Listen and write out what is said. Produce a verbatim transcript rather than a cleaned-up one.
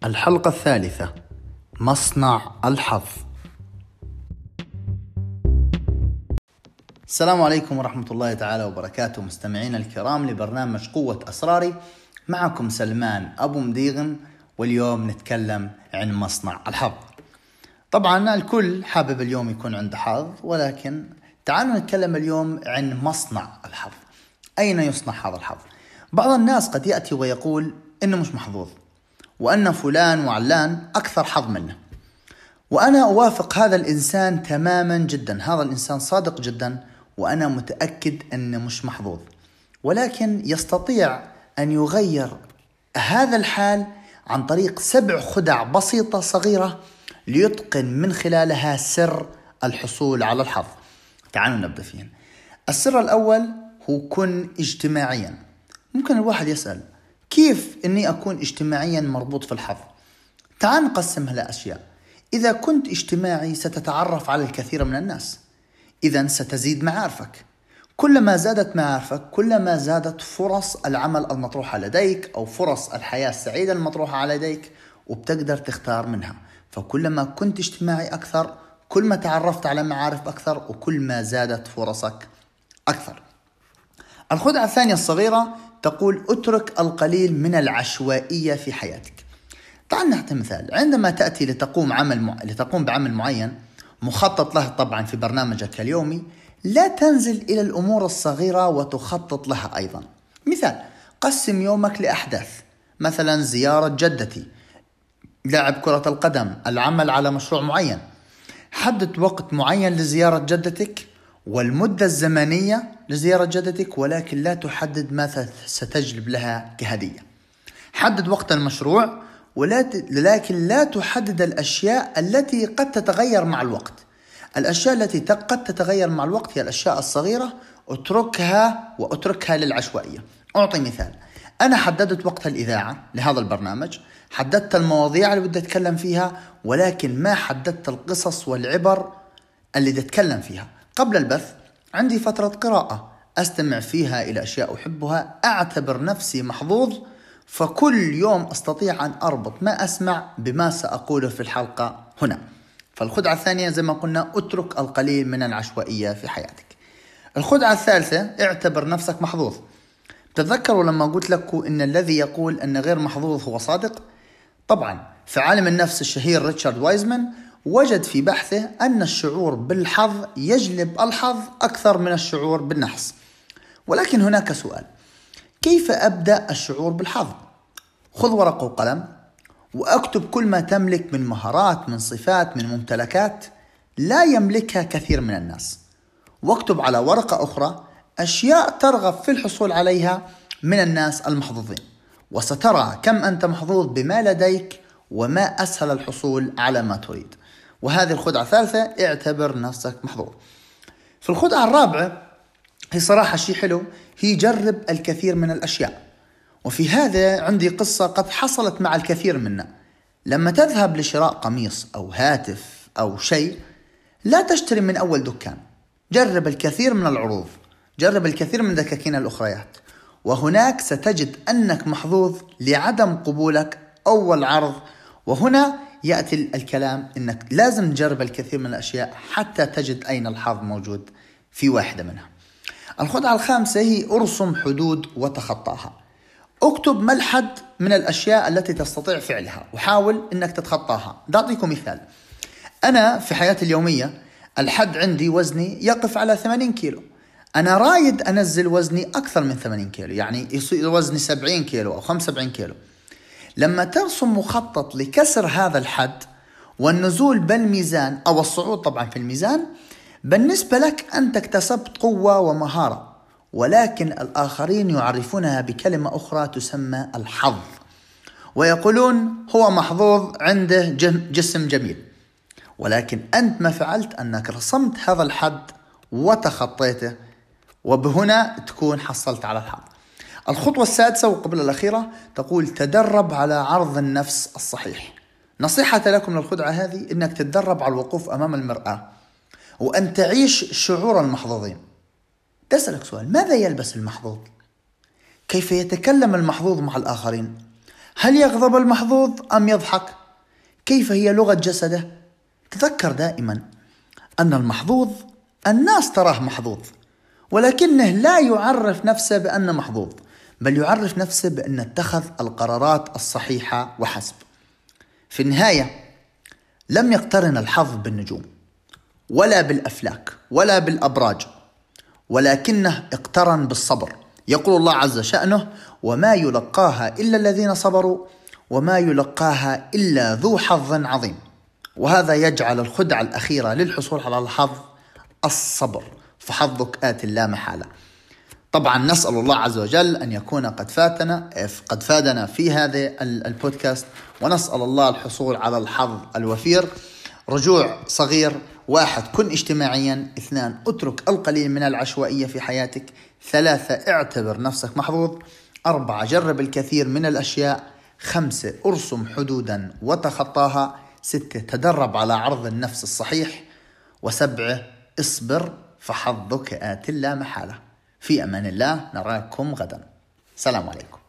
الحلقة الثالثة: مصنع الحظ. السلام عليكم ورحمة الله تعالى وبركاته، مستمعين الكرام لبرنامج قوة أسراري. معكم سلمان أبو مديغم، واليوم نتكلم عن مصنع الحظ. طبعا الكل حابب اليوم يكون عنده حظ، ولكن تعالوا نتكلم اليوم عن مصنع الحظ. أين يصنع هذا الحظ؟ بعض الناس قد يأتي ويقول إنه مش محظوظ، وأن فلان وعلان أكثر حظ منه، وأنا أوافق هذا الإنسان تماما جدا. هذا الإنسان صادق جدا، وأنا متأكد أنه مش محظوظ، ولكن يستطيع أن يغير هذا الحال عن طريق سبع خدع بسيطة صغيرة ليتقن من خلالها سر الحصول على الحظ. تعالوا نبدأ فيهن. السر الأول هو كن اجتماعيا. ممكن الواحد يسأل كيف أني أكون اجتماعيا مربوط في الحظ؟ تعال نقسمها لأشياء. إذا كنت اجتماعي ستتعرف على الكثير من الناس، إذن ستزيد معارفك. كلما زادت معارفك كلما زادت فرص العمل المطروحة لديك أو فرص الحياة السعيدة المطروحة لديك، وبتقدر تختار منها. فكلما كنت اجتماعي أكثر كل ما تعرفت على معارف أكثر، وكل ما زادت فرصك أكثر. الخدعة الثانية الصغيرة تقول اترك القليل من العشوائية في حياتك. تعال نعطي مثال. عندما تأتي لتقوم عمل م... لتقوم بعمل معين مخطط له طبعا في برنامجك اليومي، لا تنزل إلى الأمور الصغيرة وتخطط لها أيضا. مثال: قسم يومك لأحداث، مثلا زيارة جدتي، لعب كرة القدم، العمل على مشروع معين. حدد وقت معين لزيارة جدتك والمدة الزمنية لزيارة جدتك، ولكن لا تحدد ماذا ستجلب لها كهدية. حدد وقت المشروع، ولكن لا تحدد الأشياء التي قد تتغير مع الوقت. الأشياء التي قد تتغير مع الوقت هي الأشياء الصغيرة، اتركها واتركها للعشوائية. أعطي مثال: أنا حددت وقت الإذاعة لهذا البرنامج، حددت المواضيع اللي بدي أتكلم فيها، ولكن ما حددت القصص والعبر اللي بدي أتكلم فيها. قبل البث عندي فترة قراءة أستمع فيها إلى أشياء أحبها، أعتبر نفسي محظوظ، فكل يوم أستطيع أن أربط ما أسمع بما سأقوله في الحلقة هنا. فالخدعة الثانية زي ما قلنا اترك القليل من العشوائية في حياتك. الخدعة الثالثة اعتبر نفسك محظوظ. تذكروا لما قلت لكم إن الذي يقول أن غير محظوظ هو صادق؟ طبعا في عالم النفس الشهير ريتشارد وايزمان وجد في بحثه أن الشعور بالحظ يجلب الحظ أكثر من الشعور بالنحس. ولكن هناك سؤال: كيف أبدأ الشعور بالحظ؟ خذ ورقة وقلم وأكتب كل ما تملك من مهارات، من صفات، من ممتلكات لا يملكها كثير من الناس، واكتب على ورقة أخرى أشياء ترغب في الحصول عليها من الناس المحظوظين، وسترى كم أنت محظوظ بما لديك وما أسهل الحصول على ما تريد. وهذه الخدعة الثالثة، اعتبر نفسك محظوظ. في الخدعة الرابعة هي صراحة شيء حلو، هي جرب الكثير من الأشياء. وفي هذا عندي قصة قد حصلت مع الكثير منا. لما تذهب لشراء قميص أو هاتف أو شيء، لا تشتري من أول دكان، جرب الكثير من العروض، جرب الكثير من دكاكين الأخريات، وهناك ستجد أنك محظوظ لعدم قبولك أول عرض. وهنا يأتي الكلام أنك لازم تجرب الكثير من الأشياء حتى تجد أين الحظ موجود في واحدة منها. الخدعة الخامسة هي ارسم حدود وتخطاها. اكتب ما الحد من الأشياء التي تستطيع فعلها وحاول أنك تتخطاها. أعطيكم مثال: أنا في حياتي اليومية الحد عندي وزني يقف على ثمانين كيلو. أنا رايد أنزل وزني أكثر من ثمانين كيلو، يعني يصير وزني سبعين كيلو أو خمسة وسبعين كيلو. لما ترسم مخطط لكسر هذا الحد والنزول بالميزان أو الصعود طبعا في الميزان، بالنسبة لك أنت اكتسبت قوة ومهارة، ولكن الآخرين يعرفونها بكلمة أخرى تسمى الحظ، ويقولون هو محظوظ عنده جسم جميل. ولكن أنت ما فعلت أنك رسمت هذا الحد وتخطيته، وبهنا تكون حصلت على الحظ. الخطوة السادسة وقبل الأخيرة تقول تدرب على عرض النفس الصحيح. نصيحة لكم للخدعة هذه أنك تتدرب على الوقوف أمام المرآة وأن تعيش شعور المحظوظين. تسألك سؤال: ماذا يلبس المحظوظ؟ كيف يتكلم المحظوظ مع الآخرين؟ هل يغضب المحظوظ أم يضحك؟ كيف هي لغة جسده؟ تذكر دائما أن المحظوظ الناس تراه محظوظ، ولكنه لا يعرف نفسه بأنه محظوظ، بل يعرف نفسه بأنه اتخذ القرارات الصحيحة وحسب. في النهاية لم يقترن الحظ بالنجوم ولا بالأفلاك ولا بالأبراج، ولكنه اقترن بالصبر. يقول الله عز شأنه: وما يلقاها إلا الذين صبروا وما يلقاها إلا ذو حظ عظيم. وهذا يجعل الخدعة الأخيرة للحصول على الحظ الصبر، فحظك آت لا محالة. طبعا نسأل الله عز وجل أن يكون قد فاتنا قد فادنا في هذا البودكاست، ونسأل الله الحصول على الحظ الوفير. رجوع صغير: واحد، كن اجتماعيا. اثنان، اترك القليل من العشوائية في حياتك. ثلاثة، اعتبر نفسك محظوظ. أربعة، جرب الكثير من الأشياء. خمسة، ارسم حدودا وتخطاها. ستة، تدرب على عرض النفس الصحيح. وسبعة، اصبر فحظك آت لا محالة. في أمان الله، نراكم غدا. السلام عليكم.